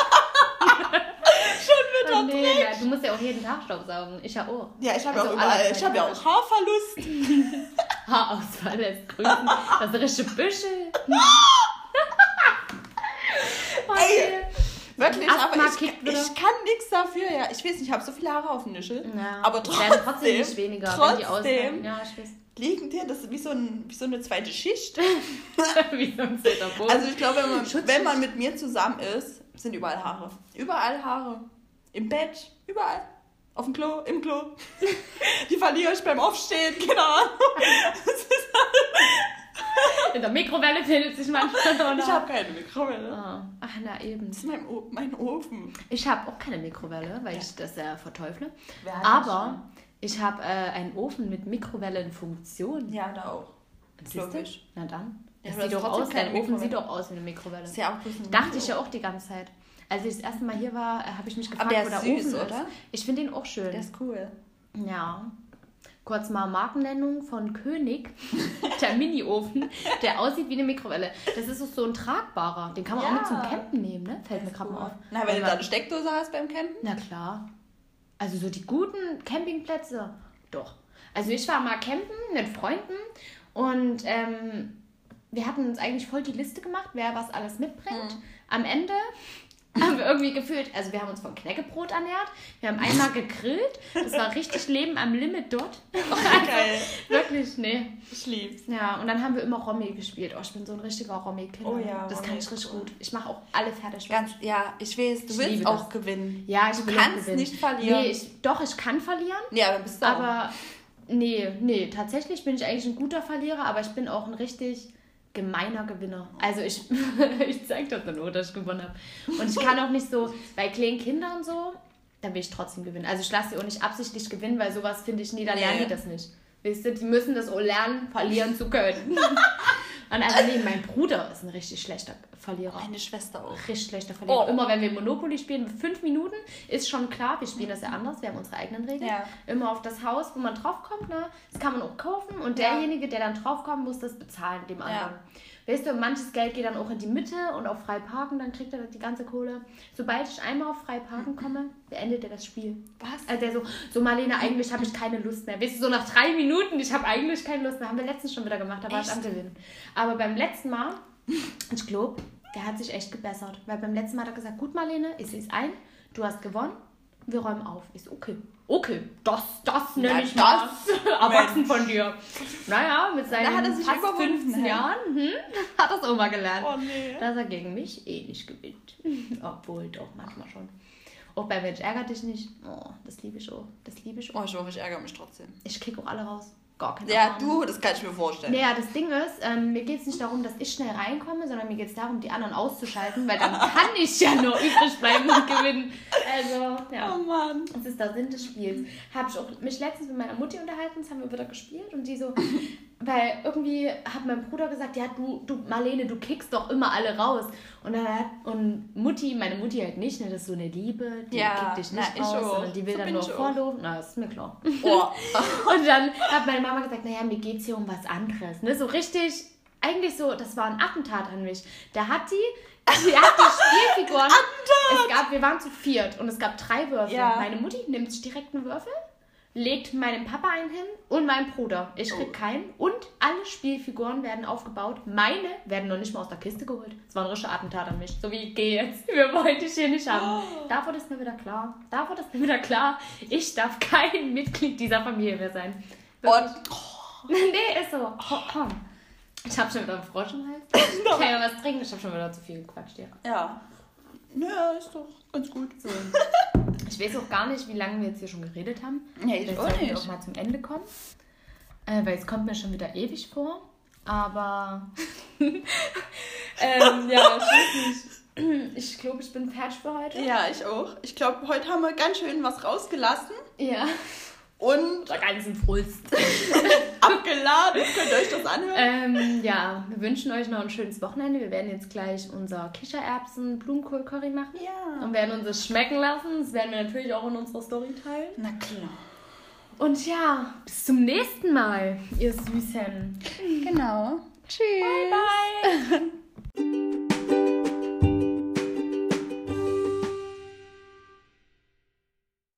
Speaker 2: Schon wieder
Speaker 1: Oh, nee,
Speaker 2: Dreck.
Speaker 1: na, du musst ja auch jeden Tag staubsaugen. Ich ja auch.
Speaker 2: Ja, ich habe
Speaker 1: Also
Speaker 2: ja auch überall...
Speaker 1: alle
Speaker 2: Ich habe ja auch Haarverlust.
Speaker 1: Haarausfall lässt grüßen. Das ist richtig Büschel.
Speaker 2: Wirklich,
Speaker 1: Asthma
Speaker 2: aber ich,
Speaker 1: kickt wieder.
Speaker 2: ich kann nichts dafür. Ja, ich weiß nicht, ich habe so viele Haare auf dem Nischel.
Speaker 1: Ja,
Speaker 2: aber
Speaker 1: es
Speaker 2: trotzdem,
Speaker 1: werden trotzdem nicht weniger, wenn die
Speaker 2: trotzdem
Speaker 1: ausfallen. Ja, ich weiß.
Speaker 2: liegen dir, das ist wie so, ein, wie so eine zweite Schicht.
Speaker 1: Wie so ein Zitterboden.
Speaker 2: Also ich glaube, wenn man, wenn man mit mir zusammen ist, sind überall Haare. Überall Haare. Im Bett, überall. Auf dem Klo, im Klo. Die verliere ich beim Aufstehen, keine Ahnung.
Speaker 1: In der Mikrowelle findet sich manchmal noch.
Speaker 2: Ich habe keine Mikrowelle.
Speaker 1: Oh. Ach, na eben.
Speaker 2: Das ist mein, o- mein Ofen.
Speaker 1: Ich habe auch keine Mikrowelle, weil ich das ja verteufle.
Speaker 2: Wer hat
Speaker 1: Aber ich habe äh, einen Ofen mit Mikrowellenfunktion.
Speaker 2: Ja, da auch.
Speaker 1: Siehst du? Na dann.
Speaker 2: Ja,
Speaker 1: Das
Speaker 2: aber
Speaker 1: sieht
Speaker 2: das
Speaker 1: doch
Speaker 2: ist trotzdem
Speaker 1: aus,
Speaker 2: keine
Speaker 1: dein Ofen
Speaker 2: Mikrowelle.
Speaker 1: sieht doch aus wie eine Mikrowelle.
Speaker 2: Das ist ja auch bloß ein
Speaker 1: Dachte
Speaker 2: Video.
Speaker 1: ich ja auch die ganze Zeit. Als ich das erste Mal hier war, äh, habe ich mich gefragt,
Speaker 2: der
Speaker 1: wo
Speaker 2: ist
Speaker 1: der
Speaker 2: süß,
Speaker 1: Ofen
Speaker 2: oder?
Speaker 1: ist. Ich finde den auch schön.
Speaker 2: Der ist cool.
Speaker 1: Ja. Kurz mal Markennennung von König, der Mini-Ofen, der aussieht wie eine Mikrowelle. Das ist so ein tragbarer, den kann man
Speaker 2: Ja.
Speaker 1: auch mit zum Campen nehmen, ne? Fällt mir gerade mal auf.
Speaker 2: Na, wenn du
Speaker 1: Aber-
Speaker 2: da eine Steckdose hast beim Campen?
Speaker 1: Na klar. Also so die guten Campingplätze, doch. Also ich war mal campen mit Freunden und ähm, wir hatten uns eigentlich voll die Liste gemacht, wer was alles mitbringt.
Speaker 2: Mhm.
Speaker 1: Am Ende haben wir irgendwie gefühlt, also wir haben uns von Knäckebrot ernährt, wir haben einmal gegrillt, das war richtig Leben am Limit dort.
Speaker 2: Geil.
Speaker 1: Wirklich, nee.
Speaker 2: Ich lieb's.
Speaker 1: Ja, und dann haben wir immer Romy gespielt. Oh, ich bin so ein richtiger Romy-Kinder.
Speaker 2: Oh ja,
Speaker 1: das
Speaker 2: Romy
Speaker 1: kann ich
Speaker 2: ist
Speaker 1: richtig
Speaker 2: cool.
Speaker 1: gut. Ich mache auch alle fertig.
Speaker 2: Ganz, ja, ich weiß, du
Speaker 1: Ich
Speaker 2: willst
Speaker 1: liebe
Speaker 2: auch
Speaker 1: das.
Speaker 2: gewinnen.
Speaker 1: Ja, ich
Speaker 2: Du
Speaker 1: will auch
Speaker 2: kannst
Speaker 1: gewinnen.
Speaker 2: nicht verlieren.
Speaker 1: Nee, ich, doch, ich kann verlieren.
Speaker 2: Ja, aber bist du auch.
Speaker 1: Aber nee, nee, tatsächlich bin ich eigentlich ein guter Verlierer, aber ich bin auch ein richtig gemeiner Gewinner. Also ich, ich zeige das dann nur, dass ich gewonnen habe. Und ich kann auch nicht so, bei kleinen Kindern so, dann will ich trotzdem gewinnen. Also ich lasse sie auch nicht absichtlich gewinnen, weil sowas finde ich nie, da lernen
Speaker 2: Nee.
Speaker 1: die das nicht. Weißt du, die müssen das auch lernen, verlieren zu können. Und also nee, mein Bruder ist ein richtig schlechter Verlierer.
Speaker 2: Meine Schwester auch.
Speaker 1: Richtig schlechter Verlierer.
Speaker 2: Oh.
Speaker 1: Immer wenn wir Monopoly spielen, fünf Minuten, ist schon klar, wir spielen das ja anders, wir haben unsere eigenen Regeln.
Speaker 2: Ja.
Speaker 1: Immer auf das Haus, wo man draufkommt, ne? Das kann man auch kaufen und
Speaker 2: Ja.
Speaker 1: derjenige, der dann draufkommt, muss das bezahlen, dem anderen. Weißt du, manches Geld geht dann auch in die Mitte und auf frei parken, dann kriegt er die ganze Kohle. Sobald ich einmal auf frei parken komme, beendet er das Spiel.
Speaker 2: Was?
Speaker 1: Also der so, so Marlene, eigentlich habe ich keine Lust mehr. Weißt du, so nach drei Minuten, ich habe eigentlich keine Lust mehr. Haben wir letztens schon wieder gemacht, da war ich
Speaker 2: Echt?
Speaker 1: am Gewinnen. Aber beim letzten Mal, ich glaube, der hat sich echt gebessert. Weil beim letzten Mal hat er gesagt, gut Marlene, ich sehe es ein, du hast gewonnen, wir räumen auf. Ich so, okay. Okay, das, das nenne
Speaker 2: Na,
Speaker 1: ich mal
Speaker 2: das,
Speaker 1: erwachsen von dir. Naja, mit seinen
Speaker 2: Da hat er sich
Speaker 1: fast
Speaker 2: überwunden,
Speaker 1: fünfzehn
Speaker 2: hä?
Speaker 1: Jahren hm, hat er es auch mal gelernt.
Speaker 2: Oh nee.
Speaker 1: Dass er gegen mich eh nicht gewinnt. Obwohl, doch, manchmal schon. Auch bei Mensch ärger dich nicht. Oh, das liebe ich auch. Das liebe ich auch.
Speaker 2: Oh, ich hoffe, ich ärgere mich trotzdem.
Speaker 1: Ich krieg auch alle raus. Gar keine
Speaker 2: Ja,
Speaker 1: Ahnung.
Speaker 2: du, das kann ich mir vorstellen.
Speaker 1: Naja, das Ding ist, ähm, mir geht es nicht darum, dass ich schnell reinkomme, sondern mir geht es darum, die anderen auszuschalten, weil dann kann ich ja nur übrig bleiben und gewinnen. Also, ja.
Speaker 2: Oh Mann.
Speaker 1: Das ist der Sinn des Spiels. Habe ich auch mich letztens mit meiner Mutti unterhalten, das haben wir wieder gespielt und die so, weil irgendwie hat mein Bruder gesagt, ja, du, du Marlene, du kickst doch immer alle raus. Und dann hat, und Mutti, meine Mutti halt nicht, ne, das ist so eine Liebe, die
Speaker 2: Ja,
Speaker 1: kickt dich
Speaker 2: na,
Speaker 1: nicht
Speaker 2: ich
Speaker 1: raus,
Speaker 2: auch.
Speaker 1: sondern die will
Speaker 2: So
Speaker 1: dann
Speaker 2: bin
Speaker 1: nur
Speaker 2: ich auch.
Speaker 1: vorlaufen. Na, ist mir klar.
Speaker 2: Oh.
Speaker 1: Und dann hat meine Mama gesagt, naja, mir geht's hier um was anderes. Ne? So richtig, eigentlich so, das war ein Attentat an mich. Da hat die, die hat die Spielfiguren. Es gab, wir waren zu viert und es gab drei Würfel.
Speaker 2: Ja.
Speaker 1: Meine Mutti nimmt sich direkt einen Würfel, legt meinem Papa einen hin und meinem Bruder. Ich krieg
Speaker 2: Oh.
Speaker 1: keinen. Und alle Spielfiguren werden aufgebaut. Meine werden noch nicht mal aus der Kiste geholt. Es war ein richtiger Attentat an mich. So wie, geh jetzt. Wir wollen dich hier nicht haben.
Speaker 2: Oh.
Speaker 1: Da wurde es mir wieder klar. Da wurde es mir wieder klar. Ich darf kein Mitglied dieser Familie mehr sein. Wirklich.
Speaker 2: Und,
Speaker 1: Nee, ist so. Komm, komm. Ich hab schon wieder einen Frosch im Hals. Ich kann ja was trinken. Ich hab schon wieder zu viel gequatscht hier.
Speaker 2: ja. Ja, ist doch ganz gut.
Speaker 1: So. Ich weiß auch gar nicht, wie lange wir jetzt hier schon geredet haben.
Speaker 2: Ja, ich
Speaker 1: Vielleicht
Speaker 2: auch
Speaker 1: sollten wir
Speaker 2: nicht.
Speaker 1: auch mal zum Ende kommen. Äh, weil es kommt mir schon wieder ewig vor. Aber ähm, ja, ich weiß nicht. Ich glaube, ich bin fertig für heute.
Speaker 2: Ja, ich auch. Ich glaube, heute haben wir ganz schön was rausgelassen
Speaker 1: Ja.
Speaker 2: und
Speaker 1: Der ganzen Frust.
Speaker 2: abgeladen. Könnt ihr euch das anhören?
Speaker 1: ähm, ja, wir wünschen euch noch ein schönes Wochenende. Wir werden jetzt gleich unser Kichererbsen-Blumenkohl-Curry machen.
Speaker 2: Ja.
Speaker 1: Und werden uns das schmecken lassen. Das werden wir natürlich auch in unserer Story teilen.
Speaker 2: Na klar.
Speaker 1: Und ja, bis zum nächsten Mal, ihr Süßen.
Speaker 2: Genau. Tschüss.
Speaker 1: Bye, bye.